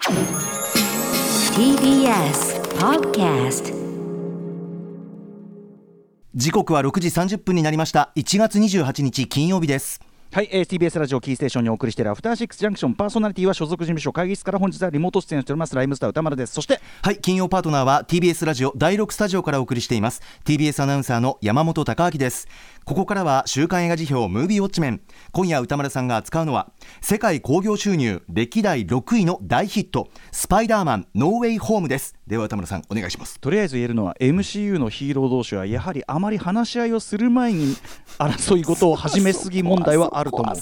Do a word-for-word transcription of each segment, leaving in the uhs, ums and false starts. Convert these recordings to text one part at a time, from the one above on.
ティービーエス Podcast。 時刻はろくじさんじゅっぷんになりました。いちがつにじゅうはちにち金曜日です。 はい、えー、ティービーエス ラジオキーステーションにお送りしているアフターシックスジャンクション、パーソナリティは所属事務所会議室から本日はリモート出演しておりますライムスター歌丸です。そしてはい、金曜パートナーは ティービーエス ラジオだいろくスタジオからお送りしています ティービーエス アナウンサーの山本貴明です。ここからは週刊映画辞表ムービーウォッチメン。今夜歌丸さんが扱うのは世界興行収入歴代ろくいの大ヒットスパイダーマンノーウェイホームです。では歌丸さんお願いします。 とりあえず言えるのは エムシーユー のヒーロー同士はやはりあまり話し合いをする前に争い事を始めすぎ問題はあると思う。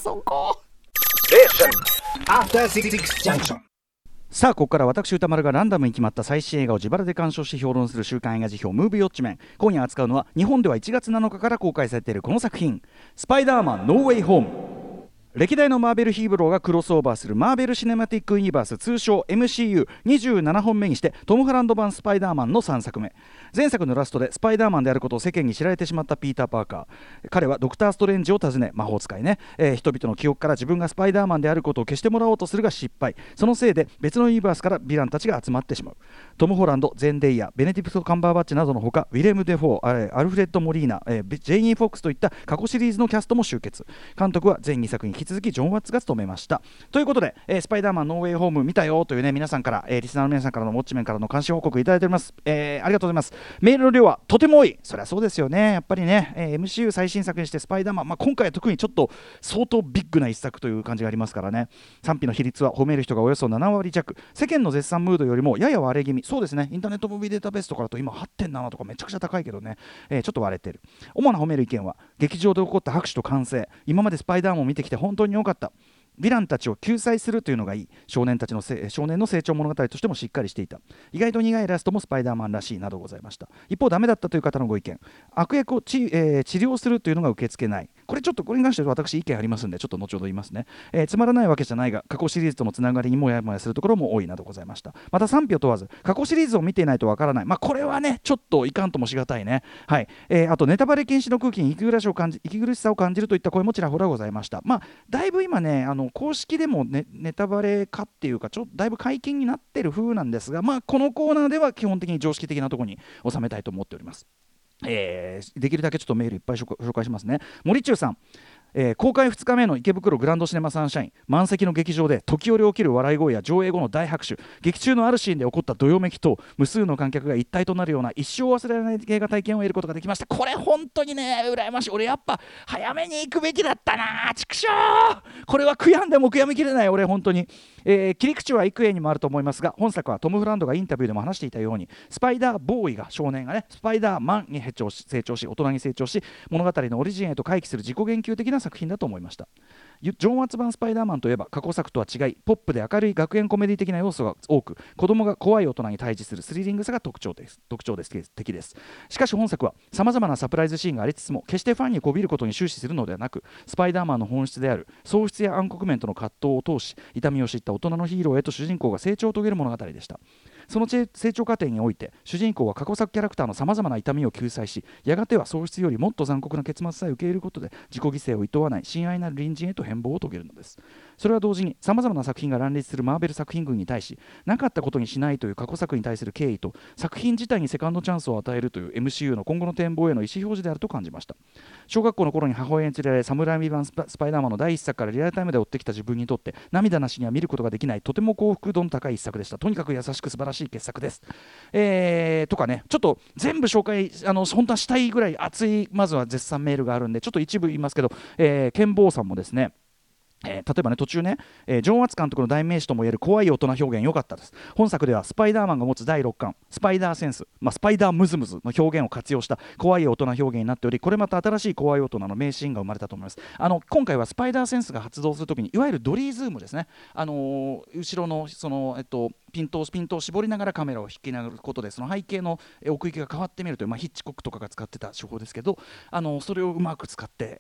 さあここから私歌丸がランダムに決まった最新映画を自腹で鑑賞し評論する週刊映画辞表ムービーウォッチメン。今夜扱うのは日本ではいちがつなのかから公開されているこの作品スパイダーマンノーウェイホーム。歴代のマーベルヒーローがクロスオーバーするマーベルシネマティックユニバース、通称 エムシーユーにじゅうなな 本目にしてトム・ハランド版スパイダーマンのさんさくめ。前作のラストでスパイダーマンであることを世間に知られてしまったピーター・パーカー。彼はドクター・ストレンジを訪ね、魔法使いね、えー、人々の記憶から自分がスパイダーマンであることを消してもらおうとするが失敗。そのせいで別のユニバースからヴィランたちが集まってしまう。トム・ホランド、ゼンデイヤ、ベネディクト・カンバーバッチなどのほか、ウィレム・デフォー、アルフレッド・モリーナ、えー、ジェイニー・フォックスといった過去シリーズのキャストも集結。監督は全にさくに引き続きジョン・ワッツが務めました。ということで、えー、スパイダーマンノーウェイホーム見たよというね、皆さんから、えー、リスナーの皆さんからのウォッチメンからの監視報告いただいております、えー、ありがとうございます。メールの量はとても多い。そりゃそうですよね。やっぱりね、えー、エムシーユー 最新作にしてスパイダーマン、まあ、今回は特にちょっと相当ビッグな一作という感じがありますからね。賛否の比率は褒める人がおよそななわり弱、世間の絶賛ムードよりもやや割れ気味。そうですね、インターネットムービーデータベースとかだと今 はってんなな とかめちゃくちゃ高いけどね、えー、ちょっと割れてる。主な褒める意見は劇場で起こった拍手と歓声、今までスパイダーマンを見てきて本当に良かった、ヴィランたちを救済するというのがいい、少年たちのせ少年の成長物語としてもしっかりしていた、意外と苦いラストもスパイダーマンらしいなどございました。一方ダメだったという方のご意見、悪役を治、えー、治療するというのが受け付けない。これちょっとこれに関しては私意見ありますんでちょっと後ほど言いますね、えー、つまらないわけじゃないが過去シリーズとのつながりにもやもやするところも多いなどございました。また賛否を問わず過去シリーズを見ていないとわからない、まあこれはねちょっといかんともしがたいね。はい、えー、あとネタバレ禁止の空気に息苦しを感じ息苦しさを感じるといった声もちらほらございました。まあだいぶ今ねあの公式でもね、ネタバレ化っていうかちょっとだいぶ解禁になってる風なんですが、まあこのコーナーでは基本的に常識的なところに収めたいと思っております。えー、できるだけちょっとメールいっぱい紹介しますね。森中さん、えー、公開ふつかめの池袋グランドシネマサンシャイン、満席の劇場で時折起きる笑い声や上映後の大拍手、劇中のあるシーンで起こったどよめきと無数の観客が一体となるような一生忘れられない映画体験を得ることができました。これ本当にね羨ましい。俺やっぱ早めに行くべきだったな。ちくしょう、これは悔やんでも悔やみきれない俺本当に、えー、切り口は幾重にもあると思いますが、本作はトム・フランドがインタビューでも話していたようにスパイダーボーイが少年がねスパイダーマンに成長し成長し大人に成長し物語のオリジンへと回帰する自己言及的な作品だと思いました。ジョン・ワッツ版スパイダーマンといえば過去作とは違いポップで明るい学園コメディ的な要素が多く、子供が怖い大人に対峙するスリリングさが特徴です特徴です的です。しかし本作はさまざまなサプライズシーンがありつつも決してファンにこびることに終始するのではなく、スパイダーマンの本質である喪失や暗黒面との葛藤を通し痛みを知った大人のヒーローへと主人公が成長を遂げる物語でした。その成長過程において主人公は過去作キャラクターのさまざまな痛みを救済し、やがては喪失よりもっと残酷な結末さえ受け入れることで自己犠牲を厭わない親愛なる隣人へと変貌を遂げるのです。それは同時にさまざまな作品が乱立するマーベル作品群に対しなかったことにしないという過去作に対する敬意と作品自体にセカンドチャンスを与えるという エムシーユー の今後の展望への意思表示であると感じました。小学校の頃に母親に連れられサムライミ版スパ、スパイダーマンの第一作からリアルタイムで追ってきた自分にとって涙なしには見ることができないとても幸福度の高い一作でした。とにかく優しく素晴らしい傑作です。えー、とかね、ちょっと全部紹介あの本当はしたいぐらい熱いまずは絶賛メールがあるんでちょっと一部言いますけど、えー、ケンボーさんもですね、えー、例えばね途中ね、えー、ジョン・ワッツ監督の代名詞ともいえる怖い大人表現良かったです。本作ではスパイダーマンが持つだいろっかんスパイダーセンス、まあ、スパイダームズムズの表現を活用した怖い大人表現になっており、これまた新しい怖い大人の名シーンが生まれたと思います。あの今回はスパイダーセンスが発動するときにいわゆるドリーズームですね、あのー、後ろのその、えっと、ピントをピントを絞りながらカメラを引きながることでその背景の奥行きが変わってみるという、まあ、ヒッチコックとかが使ってた手法ですけど、あのー、それをうまく使って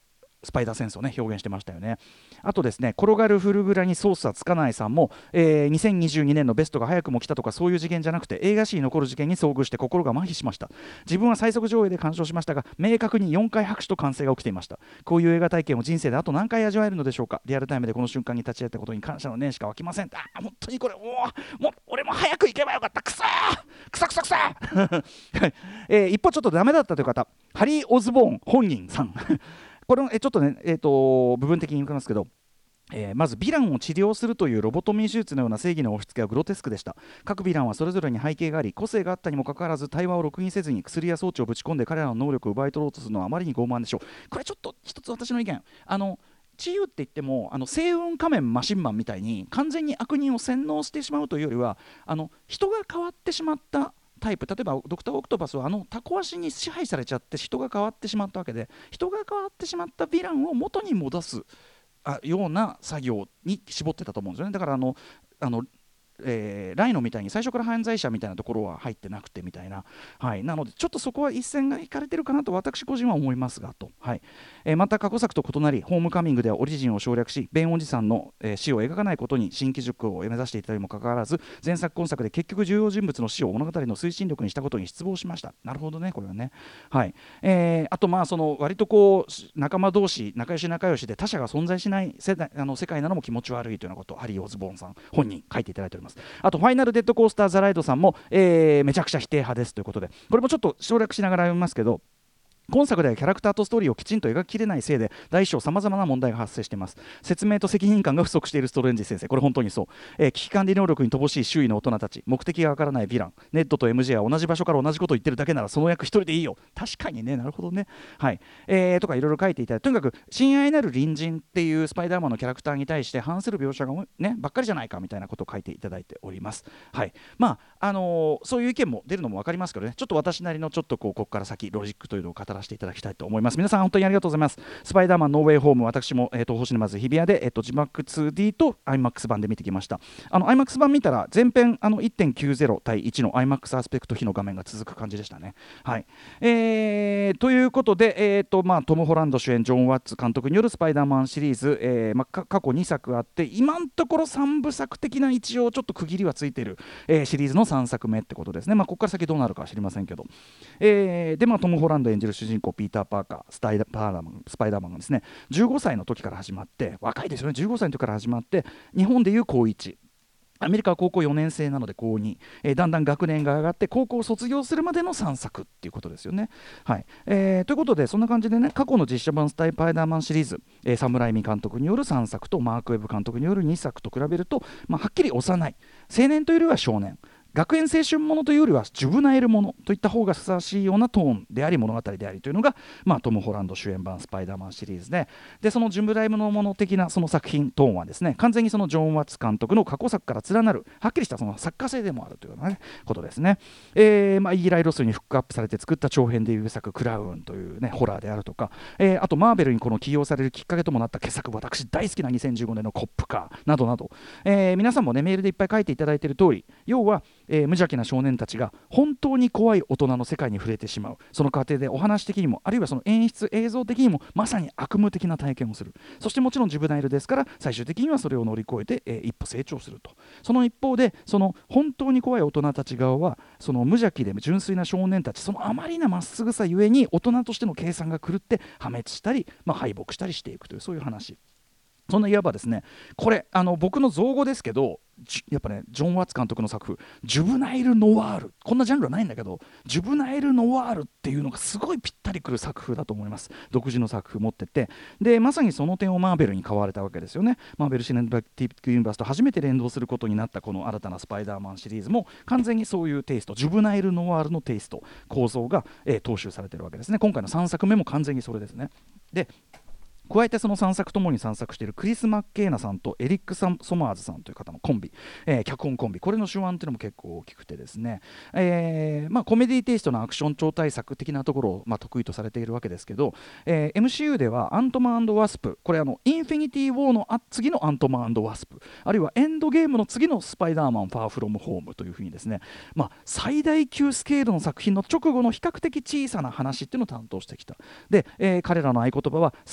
スパイダーセンスをね表現してましたよね。あとですね、転がるフルグラにソースはつかないさんも、えー、にせんにじゅうにねんのベストが早くも来たとかそういう事件じゃなくて映画史に残る事件に遭遇して心が麻痺しました。自分は最速上映で鑑賞しましたが明確によんかい拍手と歓声が起きていました。こういう映画体験を人生であと何回味わえるのでしょうか。リアルタイムでこの瞬間に立ち会ったことに感謝の念しか湧きません。あー本当にこれもうもう俺も早く行けばよかった。くそーくそくそくそー、えー、一方ちょっとダメだったという方、ハリー・オズボーン本人さんこれえちょっとね、えー、と部分的に言いますけど、えー、まずヴィランを治療するというロボトミー手術のような正義の押し付けはグロテスクでした。各ヴィランはそれぞれに背景があり個性があったにもかかわらず対話を録音せずに薬や装置をぶち込んで彼らの能力を奪い取ろうとするのはあまりに傲慢でしょう。これちょっと一つ私の意見、あの治癒って言ってもあの星雲仮面マシンマンみたいに完全に悪人を洗脳してしまうというよりは、あの人が変わってしまったタイプ、例えばドクターオクトパスはあのタコ足に支配されちゃって人が変わってしまったわけで、人が変わってしまったヴィランを元に戻すあような作業に絞ってたと思うんですよね。だからあのあのえー、ライノみたいに最初から犯罪者みたいなところは入ってなくてみたいな、はい、なのでちょっとそこは一線が引かれてるかなと私個人は思いますがと、はいえー、また過去作と異なりホームカミングではオリジンを省略しベンおじさんの、えー、死を描かないことに新機軸を目指していたにもかかわらず前作今作で結局重要人物の死を物語の推進力にしたことに失望しました。なるほどねこれはね、はいえー、あとまあその割とこう仲間同士仲良し仲良しで他者が存在しない世代あの世界なのも気持ち悪いというようなことをハリー・オズボーンさん本人書いていただいております。あとファイナルデッドコースターザライドさんも、えー、めちゃくちゃ否定派ですということで、これもちょっと省略しながら読みますけど、今作ではキャラクターとストーリーをきちんと描ききれないせいで大小さまざまな問題が発生しています。説明と責任感が不足しているストレンジ先生、これ本当にそう、えー、危機管理能力に乏しい周囲の大人たち、目的がわからないヴィラン、ネットと エムジェー は同じ場所から同じことを言ってるだけならその役一人でいいよ。確かにね、なるほどね、はいえー、とかいろいろ書いていただいて、とにかく親愛なる隣人っていうスパイダーマンのキャラクターに対して反する描写が、ね、ばっかりじゃないかみたいなことを書いていただいております。はいまああのー、そういう意見も出るのも分かりますけどね、ちょっと私なりのちょっとこうここから先ロジックというのを語らせていただきたいと思います。皆さん本当にありがとうございます。スパイダーマンノーウェイホーム、私も、えー、東宝シネマズ日比谷で、えー、と字幕 ツーディー と アイマックス 版で見てきました。あの アイマックス 版見たら全編あの いってんきゅうゼロ 対いちの アイマックス アスペクト比の画面が続く感じでしたね。はいえー、ということで、えーとまあ、トム・ホランド主演ジョン・ワッツ監督によるスパイダーマンシリーズ、えーまあ、過去にさくあって今のところさんぶさく的な一応ちょっと区切りはついている、えー、シリーズのさんさくめってことですね。まあ、ここから先どうなるかは知りませんけど、えー、で、まあ、トム・ホランド演じる主人公ピーター・パーカースタイダースパイダーマンがですねじゅうごさいの時から始まって、若いですよね、じゅうごさいの時から始まって日本でいう高いち、アメリカは高校よねん生なので高に、えー、だんだん学年が上がって高校を卒業するまでのさんさくっていうことですよね。はいえー、ということでそんな感じでね、過去の実写版スタイパイダーマンシリーズ、えー、サムライミ監督によるさんさくとマーク・ウェブ監督によるにさくと比べると、まあ、はっきり幼い青年というよりは少年、学園青春ものというよりはジュブナイルものといった方がふさわしいようなトーンであり物語でありというのが、まあ、トム・ホランド主演版スパイダーマンシリーズで、でそのジュブナイルのもの的なその作品トーンはですね、完全にそのジョン・ワッツ監督の過去作から連なるはっきりしたその作家性でもあるというような、ね、ことですね。えーまあ、イーライ・ロスにフックアップされて作った長編デビュー作クラウンという、ね、ホラーであるとか、えー、あとマーベルにこの起用されるきっかけともなった傑作、私大好きなにせんじゅうごねんのコップカーなどなど、えー、皆さんもねメールでいっぱい書いていただいている通り、要は、えー、無邪気な少年たちが本当に怖い大人の世界に触れてしまう、その過程でお話的にもあるいはその演出映像的にもまさに悪夢的な体験をする。そしてもちろんジュブナイルですから最終的にはそれを乗り越えて、えー、一歩成長すると。その一方でその本当に怖い大人たち側はその無邪気で純粋な少年たち、そのあまりなまっすぐさゆえに大人としての計算が狂って破滅したり、まあ、敗北したりしていくという、そういう話。そんないわばですね、これあの僕の造語ですけど、やっぱねジョン・ワッツ監督の作風、ジュブナイル・ノワール、こんなジャンルはないんだけどジュブナイル・ノワールっていうのがすごいぴったりくる作風だと思います。独自の作風持ってて、でまさにその点をマーベルに買われたわけですよね。マーベル・シネマティック・ユニバースと初めて連動することになったこの新たなスパイダーマンシリーズも完全にそういうテイスト、ジュブナイル・ノワールのテイスト構造が、えー、踏襲されているわけですね。今回のさんさくめも完全にそれですね。で加えてそのさんさくともに参作しているクリス・マッケーナさんとエリック・ソマーズさんという方のコンビ、えー、脚本コンビ、これの手腕というのも結構大きくてですね、えーまあ、コメディテイストのアクション超大作的なところを、まあ、得意とされているわけですけど、えー、エムシーユー ではアントマン&ワスプ、これあのインフィニティ・ウォーの次のアントマン&ワスプ、あるいはエンドゲームの次のスパイダーマン・ファー・フロム・ホームというふうにですね、まあ、最大級スケールの作品の直後の比較的小さな話っていうのを担当してきた。で、えー、彼らの合言葉はスケールは小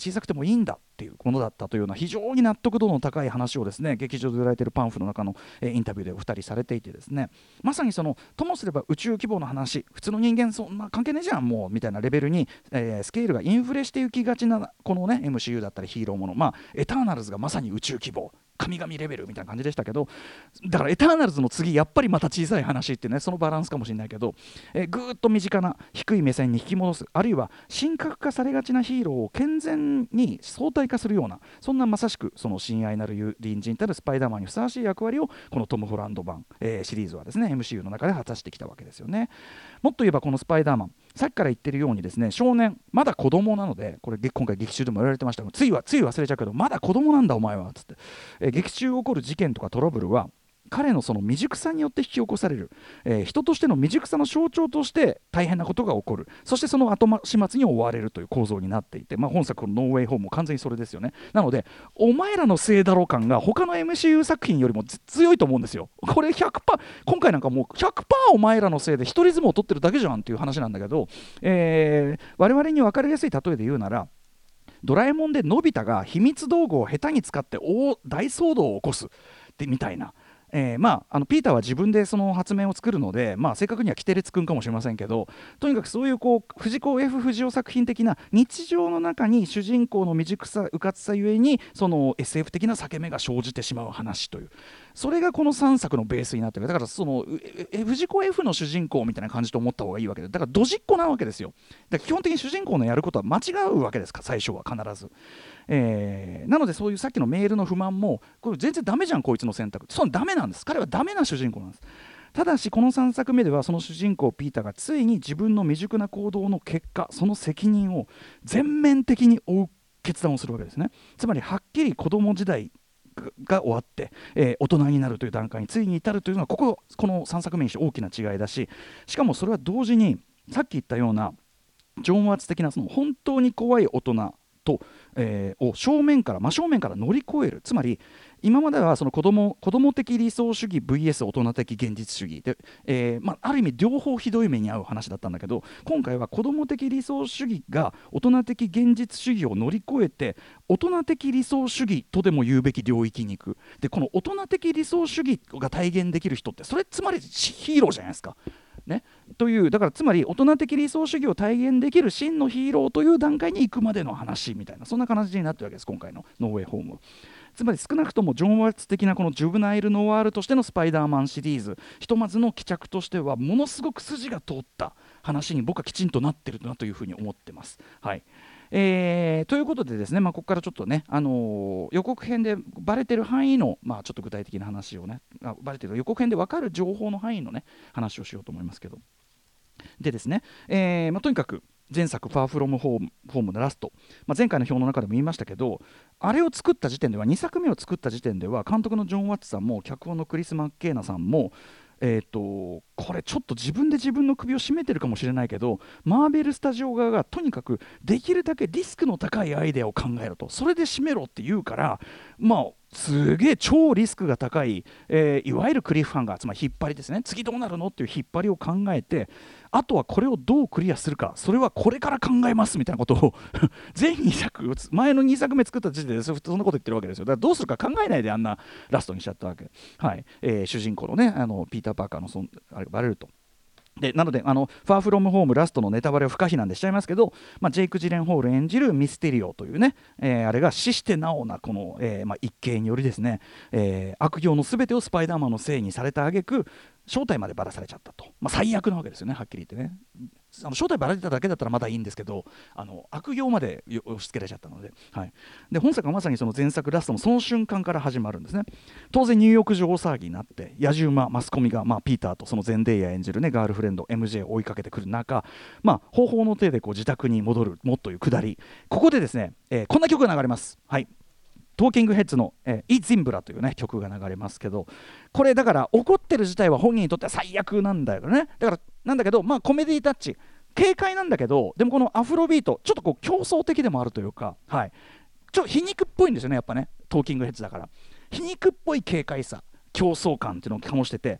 小さくてもいいんだっていうものだったというような非常に納得度の高い話をですね劇場で売られているパンフの中の、えー、インタビューでお二人されていてですね、まさにそのともすれば宇宙規模の話、普通の人間そんな関係ねえじゃんもうみたいなレベルに、えー、スケールがインフレしていきがちなこのね エムシーユー だったりヒーローもの、まあエターナルズがまさに宇宙規模神々レベルみたいな感じでしたけど、だからエターナルズの次やっぱりまた小さい話ってね、そのバランスかもしれないけど、えー、ぐーっと身近な低い目線に引き戻す、あるいは神格化されがちなヒーローを健全に相対化するような、そんなまさしくその親愛なる隣人たるスパイダーマンにふさわしい役割をこのトム・ホランド版、えー、シリーズはですね エムシーユー の中で果たしてきたわけですよね。もっと言えばこのスパイダーマン、さっきから言ってるようにですね、少年まだ子供なので、これ今回劇中でも言われてましたが、ついはつい忘れちゃうけどまだ子供なんだお前はつって、えー、劇中起こる事件とかトラブルは彼のその未熟さによって引き起こされる、えー、人としての未熟さの象徴として大変なことが起こる、そしてその後始末に追われるという構造になっていて、まあ、本作のノーウェイホームも完全にそれですよね。なのでお前らのせいだろ感が他の エムシーユー 作品よりも強いと思うんですよ。これ ひゃくパーセント 今回なんかもう ひゃくパーセント お前らのせいで一人相撲を取ってるだけじゃんっていう話なんだけど、えー、我々に分かりやすい例えで言うなら、ドラえもんでのび太が秘密道具を下手に使って大大騒動を起こすってみたいな、えーまあ、あのピーターは自分でその発明を作るので、まあ、正確にはキテレツくんかもしれませんけど、とにかくそういうこう藤子 F 不二雄作品的な日常の中に主人公の未熟さうかつさゆえにその エスエフ 的な裂け目が生じてしまう話という、それがこのさんさくのベースになっている。だからそのえ藤子 F の主人公みたいな感じと思った方がいいわけで、だからドジっ子なわけですよ。だから基本的に主人公のやることは間違うわけですか、最初は必ず。えー、なのでそういうさっきのメールの不満もこれ全然ダメじゃんこいつの選択、そのダメなんです。彼はダメな主人公なんです。ただしこのさんさくめではその主人公ピーターがついに自分の未熟な行動の結果、その責任を全面的に負う決断をするわけですね。つまりはっきり子供時代が終わって、えー、大人になるという段階についに至るというのはこここのさんさくめにして大きな違いだし、しかもそれは同時にさっき言ったような情圧的なその本当に怖い大人と、えー、を正面から真正面から乗り越える。つまり今まではその子供、子供的理想主義 ブイエス 大人的現実主義で、えーまあ、ある意味両方ひどい目に遭う話だったんだけど、今回は子供的理想主義が大人的現実主義を乗り越えて大人的理想主義とでも言うべき領域に行く。でこの大人的理想主義が体現できる人ってそれつまりヒーローじゃないですか。ね、というだからつまり大人的理想主義を体現できる真のヒーローという段階に行くまでの話みたいな、そんな感じになってるわけです今回のノーウェイホーム。つまり少なくとも情熱的なこのジュブナイルノワールとしてのスパイダーマンシリーズ、ひとまずの帰着としてはものすごく筋が通った話に僕はきちんとなってるなというふうに思ってます。はい、えー、ということでですね、まあ、ここからちょっとね、あのー、予告編でバレてる範囲の、まあ、ちょっと具体的な話をね、あバレてる予告編で分かる情報の範囲のね話をしようと思いますけど、でですね、えーまあ、とにかく前作ファーフロムホーム、ホームのラスト、まあ、前回の表の中でも言いましたけど、あれを作った時点ではにさくめを作った時点では監督のジョン・ワッツさんも脚本のクリス・マッケーナさんもえー、とこれちょっと自分で自分の首を絞めてるかもしれないけど、マーベルスタジオ側がとにかくできるだけリスクの高いアイデアを考えろと、それで締めろって言うから、まあすげえ超リスクが高い、えー、いわゆるクリフハンガー、つまり引っ張りですね、次どうなるのっていう引っ張りを考えて、あとはこれをどうクリアするか、それはこれから考えますみたいなことを全にさく前のにさくめ作った時点でそんなこと言ってるわけですよ。だからどうするか考えないであんなラストにしちゃったわけ。はい、えー、主人公のねあのピーター・パーカーのそんあれがバレると。でなのであのファーフロムホームラストのネタバレを不可避なんでしちゃいますけど、まあ、ジェイク・ジレンホール演じるミステリオというね、えー、あれが死してなおなこの、えーまあ、一計によりですね、えー、悪行のすべてをスパイダーマンのせいにされた挙句正体までばらされちゃったと、まあ、最悪なわけですよね、はっきり言ってね。あの正体ばられてただけだったらまだいいんですけど、あの悪行まで押し付けられちゃったので、はい、で本作はまさにその前作ラストのその瞬間から始まるんですね。当然ニューヨーク上大騒ぎになって野じ馬マスコミが、まあ、ピーターとそのゼンデイヤ演じる、ね、ガールフレンド エムジェー を追いかけてくる中、まあ、方法の手でこう自宅に戻るもっというくだり、ここでですね、えー、こんな曲が流れます。はい、トーキングヘッズの、えー、イ・ズンブラという、ね、曲が流れますけど、これだから怒ってる自体は本人にとっては最悪なんだよね。だからなんだけど、まあ、コメディタッチ軽快なんだけど、でもこのアフロビートちょっとこう競争的でもあるというか、はい、ちょっと皮肉っぽいんですよね、やっぱね、トーキングヘッズだから皮肉っぽい軽快さ競争感っていうのを醸してて、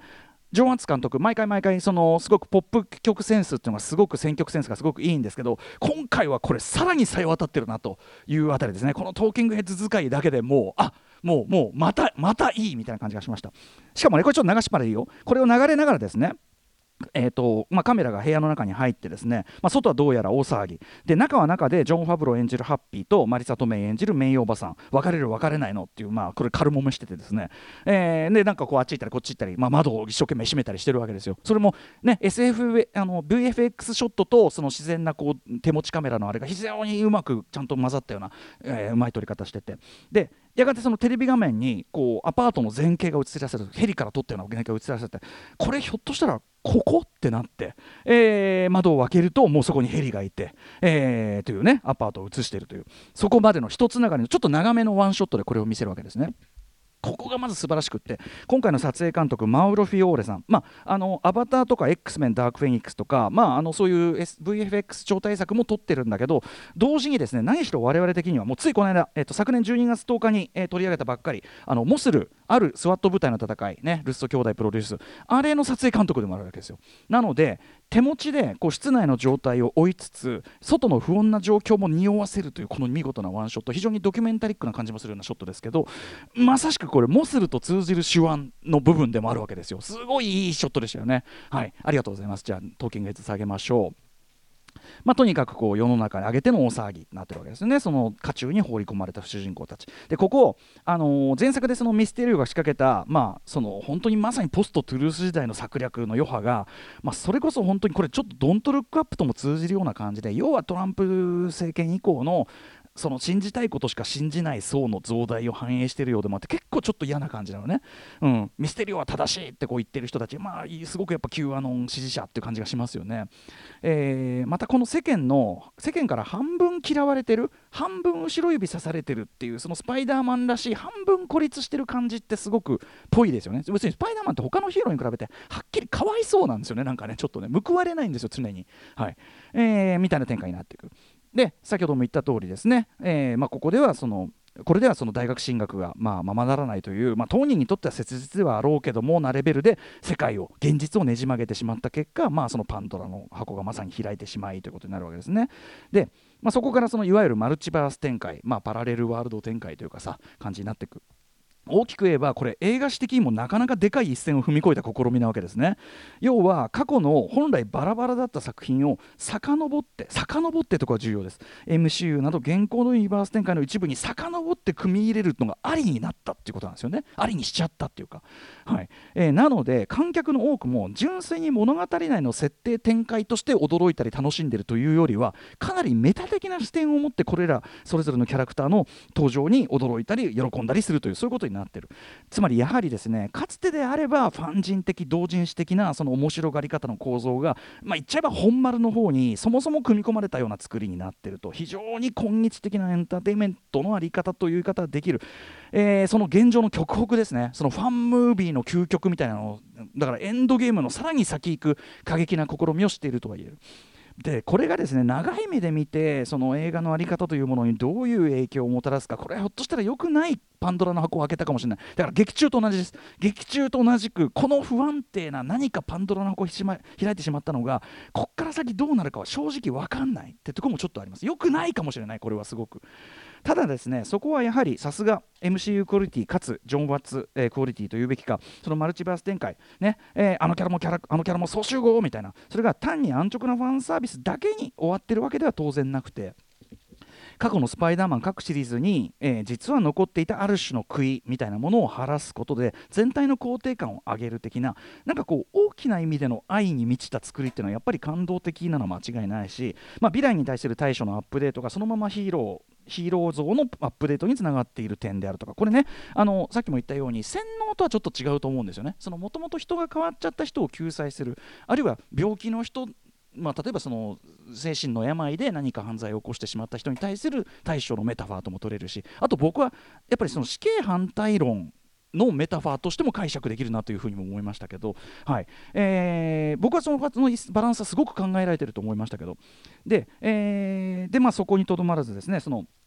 ジョン・ワッツ監督毎回毎回そのすごくポップ曲センスっていうのがすごく選曲センスがすごくいいんですけど、今回はこれさらにさえ渡ってるなというあたりですね。このトーキングヘッズ使いだけでもうあもうもうまたまたいいみたいな感じがしました。しかもねこれちょっと流しっぱでいいよ。これを流れながらですねえーとまあ、カメラが部屋の中に入ってですね、まあ、外はどうやら大騒ぎで、中は中でジョン・ファブロー演じるハッピーとマリサ・トメイ演じるメイおばさん、別れる別れないのっていう、まあ、これ軽もめしててですね、えー、でなんかこうあっち行ったりこっち行ったり、まあ、窓を一生懸命閉めたりしてるわけですよ。それもね エスエフ あの ブイエフエックス ショットとその自然なこう手持ちカメラのあれが非常にうまくちゃんと混ざったような、えー、うまい撮り方してて、でやがてそのテレビ画面にこうアパートの全景が映し出される、ヘリから撮ったような全景が映し出されて、これひょっとしたらここってなって、えー、窓を開けるともうそこにヘリがいて、えー、というねアパートを映しているという、そこまでの一つながりのちょっと長めのワンショットでこれを見せるわけですね。ここがまず素晴らしくって、今回の撮影監督マウロ・フィオーレさん、まあ、あのアバターとか X メンダークフェニックスとか、まあ、あのそういう、S、ブイエフエックス 超大作も撮ってるんだけど、同時にですね何しろ我々的にはもうついこの間、えっと、昨年じゅうにがつとおかに、えー、取り上げたばっかりあのモスルあるスワット部隊の戦いね、ルッソ兄弟プロデュースあれの撮影監督でもあるわけですよ。なので手持ちでこう室内の状態を追いつつ外の不穏な状況も匂わせるというこの見事なワンショット、非常にドキュメンタリックな感じもするようなショットですけど、まさしくこれモスルと通じる手腕の部分でもあるわけですよ。すごいいいショットでしたよね。はい、ありがとうございます。じゃあトーキングヘッズ下げましょう。まあ、とにかくこう世の中に上げての大騒ぎになってるわけですね。その渦中に放り込まれた主人公たちで、ここ、あのー、前作でそのミステリオが仕掛けた、まあ、その本当にまさにポストトゥルース時代の策略の余波が、まあ、それこそ本当にこれちょっとドントルックアップとも通じるような感じで、要はトランプ政権以降のその信じたいことしか信じない層の増大を反映しているようでもあって、結構ちょっと嫌な感じなのね、うん、ミステリオは正しいってこう言ってる人たち、まあ、すごくやっぱ Q アノン支持者っていう感じがしますよね。えー、またこの世間の世間から半分嫌われてる、半分後ろ指さされてるっていう、そのスパイダーマンらしい半分孤立してる感じってすごくぽいですよね。別にスパイダーマンって他のヒーローに比べてはっきりかわいそうなんですよね。なんかねちょっとね報われないんですよ常に、はいえー、みたいな展開になっていく。で先ほども言った通りですね、えーまあ、ここではそのこれではその大学進学がまあままならないという、まあ、当人にとっては切実ではあろうけどもなレベルで世界を現実をねじ曲げてしまった結果、まあ、そのパンドラの箱がまさに開いてしまいということになるわけですね。で、まあ、そこからそのいわゆるマルチバース展開、まあ、パラレルワールド展開というかさ感じになっていく。大きく言えばこれ映画史的にもなかなかでかい一線を踏み越えた試みなわけですね。要は過去の本来バラバラだった作品を遡って遡ってところが重要です。 エムシーユー など現行のユニバース展開の一部に遡って組み入れるのがありになったっていうことなんですよね。ありにしちゃったっていうか、はいえー、なので観客の多くも純粋に物語内の設定展開として驚いたり楽しんでるというよりは、かなりメタ的な視点を持ってこれらそれぞれのキャラクターの登場に驚いたり喜んだりするという、そういうことになってる。つまりやはりですね、かつてであればファン人的同人誌的なその面白がり方の構造が、まあ、言っちゃえば本丸の方にそもそも組み込まれたような作りになっていると、非常に今日的なエンターテインメントのあり方という言い方ができる、えー、その現状の極北ですね。そのファンムービーの究極みたいなのを、だからエンドゲームのさらに先行く過激な試みをしているとは言える。でこれがですね長い目で見てその映画の在り方というものにどういう影響をもたらすか、これはひょっとしたら良くないパンドラの箱を開けたかもしれない。だから劇中と同じです。劇中と同じくこの不安定な何かパンドラの箱を開いてしまったのが、こっから先どうなるかは正直分かんないってところもちょっとあります。良くないかもしれない、これはすごく。ただですね、そこはやはりさすが エムシーユー クオリティかつジョン・ワッツ、えー、クオリティというべきか、そのマルチバース展開、ねえー、あのキャラもキャラあのキャラも総集合みたいな、それが単に安直なファンサービスだけに終わってるわけでは当然なくて、過去のスパイダーマン各シリーズに、えー、実は残っていたある種の悔いみたいなものを晴らすことで全体の肯定感を上げる的な、なんかこう大きな意味での愛に満ちた作りっていうのはやっぱり感動的なのは間違いないし、まあ、ヴィランに対する対処のアップデートがそのままヒーローヒーロー像のアップデートにつながっている点であるとか、これねあのさっきも言ったように洗脳とはちょっと違うと思うんですよね。そのもともと人が変わっちゃった人を救済する、あるいは病気の人、まあ、例えばその精神の病で何か犯罪を起こしてしまった人に対する対処のメタファーとも取れるし、あと僕はやっぱりその死刑反対論のメタファーとしても解釈できるなというふうにも思いましたけど、はいえー、僕はそのバランスはすごく考えられていると思いましたけど、で、えーでまあ、そこにとどまらずですね、その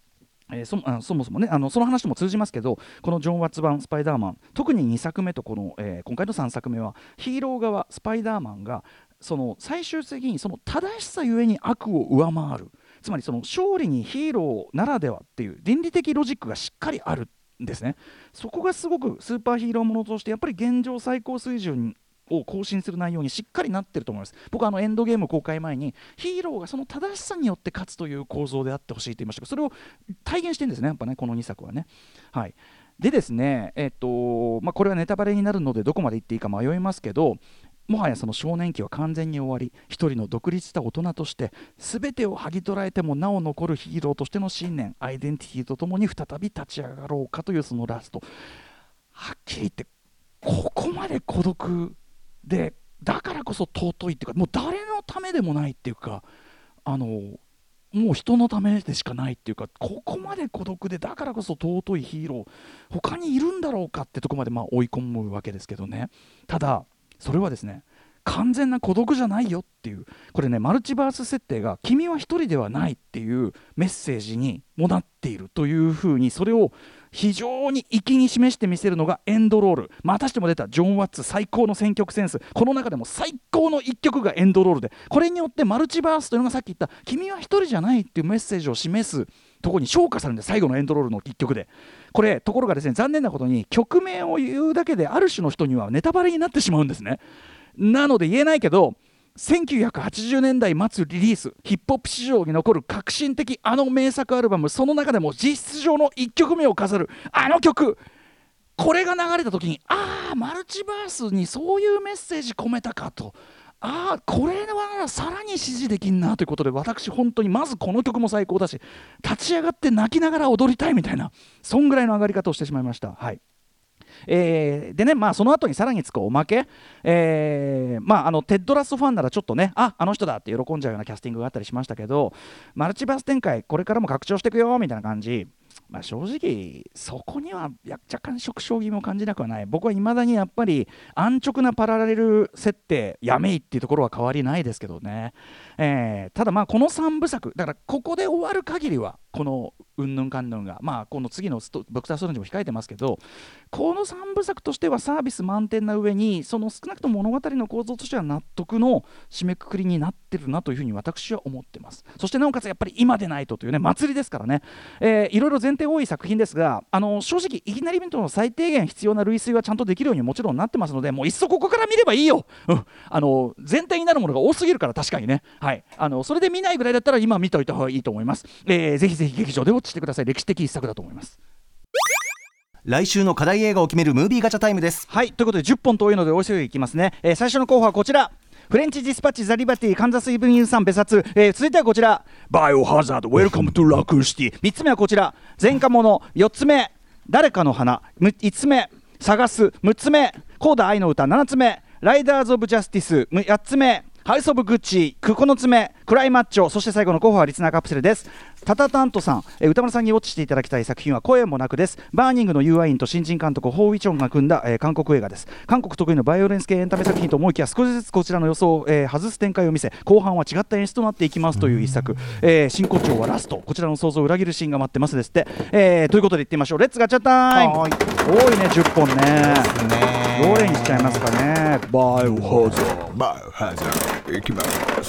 えー、そ, あそもそもねあのその話とも通じますけど、このジョン・ワッツ版スパイダーマン、特ににさくめとこの、えー、今回のさんさくめはヒーロー側スパイダーマンがその最終的にその正しさゆえに悪を上回る、つまりその勝利にヒーローならではっていう倫理的ロジックがしっかりあるんですね。そこがすごくスーパーヒーローものとしてやっぱり現状最高水準を更新する内容にしっかりなってると思います。僕はあのエンドゲーム公開前にヒーローがその正しさによって勝つという構造であってほしいと言いましたけど、それを体現してるんですね、やっぱね、このにさくはね。はい、でですね、えっとまあ、これはネタバレになるのでどこまで言っていいか迷いますけど、もはやその少年期は完全に終わり、一人の独立した大人として全てを剥ぎ取られてもなお残るヒーローとしての信念、アイデンティティとともに再び立ち上がろうかというそのラスト、はっきり言ってここまで孤独でだからこそ尊いっていうか、もう誰のためでもないっていうか、あのもう人のためでしかないっていうか、ここまで孤独でだからこそ尊いヒーロー他にいるんだろうかってとこまでまあ追い込むわけですけどね。ただそれはですね、完全な孤独じゃないよっていう、これねマルチバース設定が君は一人ではないっていうメッセージにもなっているというふうに、それを非常に粋に示してみせるのがエンドロール。またしても出たジョン・ワッツ最高の選曲センス、この中でも最高の一曲がエンドロールで、これによってマルチバースというのがさっき言った君は一人じゃないっていうメッセージを示すところに昇華されるんです、最後のエンドロールの一曲で。これところがですね、残念なことに曲名を言うだけである種の人にはネタバレになってしまうんですね。なので言えないけど、せんきゅうひゃくはちじゅうねんだい末リリース、ヒップホップ史上に残る革新的あの名作アルバム、その中でも実質上のいっきょくめを飾るあの曲、これが流れた時に、ああマルチバースにそういうメッセージ込めたかと、ああこれはさらに支持できんなということで、私本当にまずこの曲も最高だし、立ち上がって泣きながら踊りたいみたいな、そんぐらいの上がり方をしてしまいました。はい、えー、でね、まあその後にさらにつくおまけ、えー、まああのテッドラストファンならちょっとね、ああの人だって喜んじゃうようなキャスティングがあったりしましたけど、マルチバース展開これからも拡張していくよみたいな感じ、まあ、正直そこには若干縮小気味も感じなくはない。僕はいまだにやっぱり安直なパラレル設定やめいっていうところは変わりないですけどね、えー、ただまあこのさんぶさくだからここで終わる限りはこのうんぬんかんぬんが、まあこの次のストドクターストレンジも控えてますけど、このさんぶさくとしてはサービス満点な上に、その少なくとも物語の構造としては納得の締めくくりになってるなというふうに私は思ってます。そしてなおかつやっぱり今でないとというね、祭りですからね、えー、いろいろ前提多い作品ですが、あの正直いきなり見るとの最低限必要な類推はちゃんとできるようにもちろんなってますので、もういっそここから見ればいいよ、うん、あの前提になるものが多すぎるから、確かにね、はい、あのそれで見ないぐらいだったら今見といた方がいいと思います。えー、ぜひぜひ劇場でウォッチしてください。歴史的一作だと思います。 来週の課題映画を決めるムービーガチャタイムです。 はい、ということでじゅっぽん遠いのでお急ぎいきますね、えー、最初の候補はこちら、フレンチディスパッチザリバティカンザスイブニングさん別冊、えー、続いてはこちらバイオハザードウェルカムトゥラクーシティ、みっつめはこちら前科者、よっつめ誰かの花、いつつめ探す、むっつめコーダ愛の歌、ななつめライダーズオブジャスティス、やっつめハウスオブグッチ、きゅうつめクライマッチョ、そして最後の候補はリスナーカプセルです。タタタントさん、えー、歌丸さんにウォッチしていただきたい作品は声もなくです。バーニングのユーアインと新人監督ホー・ウィチョンが組んだ、えー、韓国映画です。韓国得意のバイオレンス系エンタメ作品と思いきや、少しずつこちらの予想を、えー、外す展開を見せ、後半は違った演出となっていきますという一作、えー、真骨頂はラスト、こちらの想像を裏切るシーンが待ってますですって、えー、ということでいってみましょう。レッツガチャタイム。多いね、じゅっぽんね。どれにしちゃいますかね。バイオハザード、バイオハザードいきます。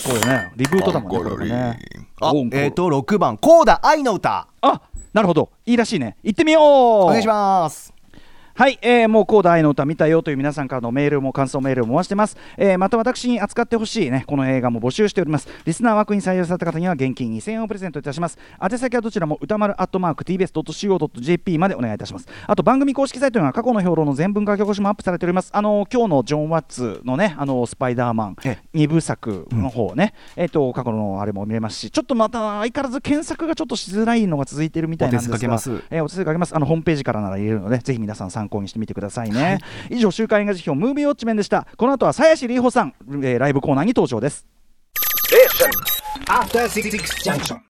これね、リブートだもんね、これね。 あ、えーとろくばんコーダ愛の歌。 あ、なるほど、いいらしいね。行ってみよう。 お願いします。 はい、えー、もうコーダ愛の歌見たよという皆さんからのメールも感想メールも回してます、えー、また私に扱ってほしいねこの映画も募集しております。リスナー枠に採用された方には現金にせんえんをプレゼントいたします。宛先はどちらも歌丸アットマーク ティービーエスドットシーオードットジェーピー までお願いいたします。あと番組公式サイトには過去の評論の全文書き起こしもアップされております。あの今日のジョン・ワッツのね、あのスパイダーマンにぶさくの方ね、うん、えっ、ー、と過去のあれも見れますし、ちょっとまた相変わらず検索がちょっとしづらいのが続いているみたいなんですが、お手数かけます、えー、お手数かけます。あのホームページからなら入れるので、ぜひ皆さん参考にしてみてくださいね、はい、以上週刊映画辞表ムービーウォッチメンでした。この後は鞘師里帆さん、えー、ライブコーナーに登場です。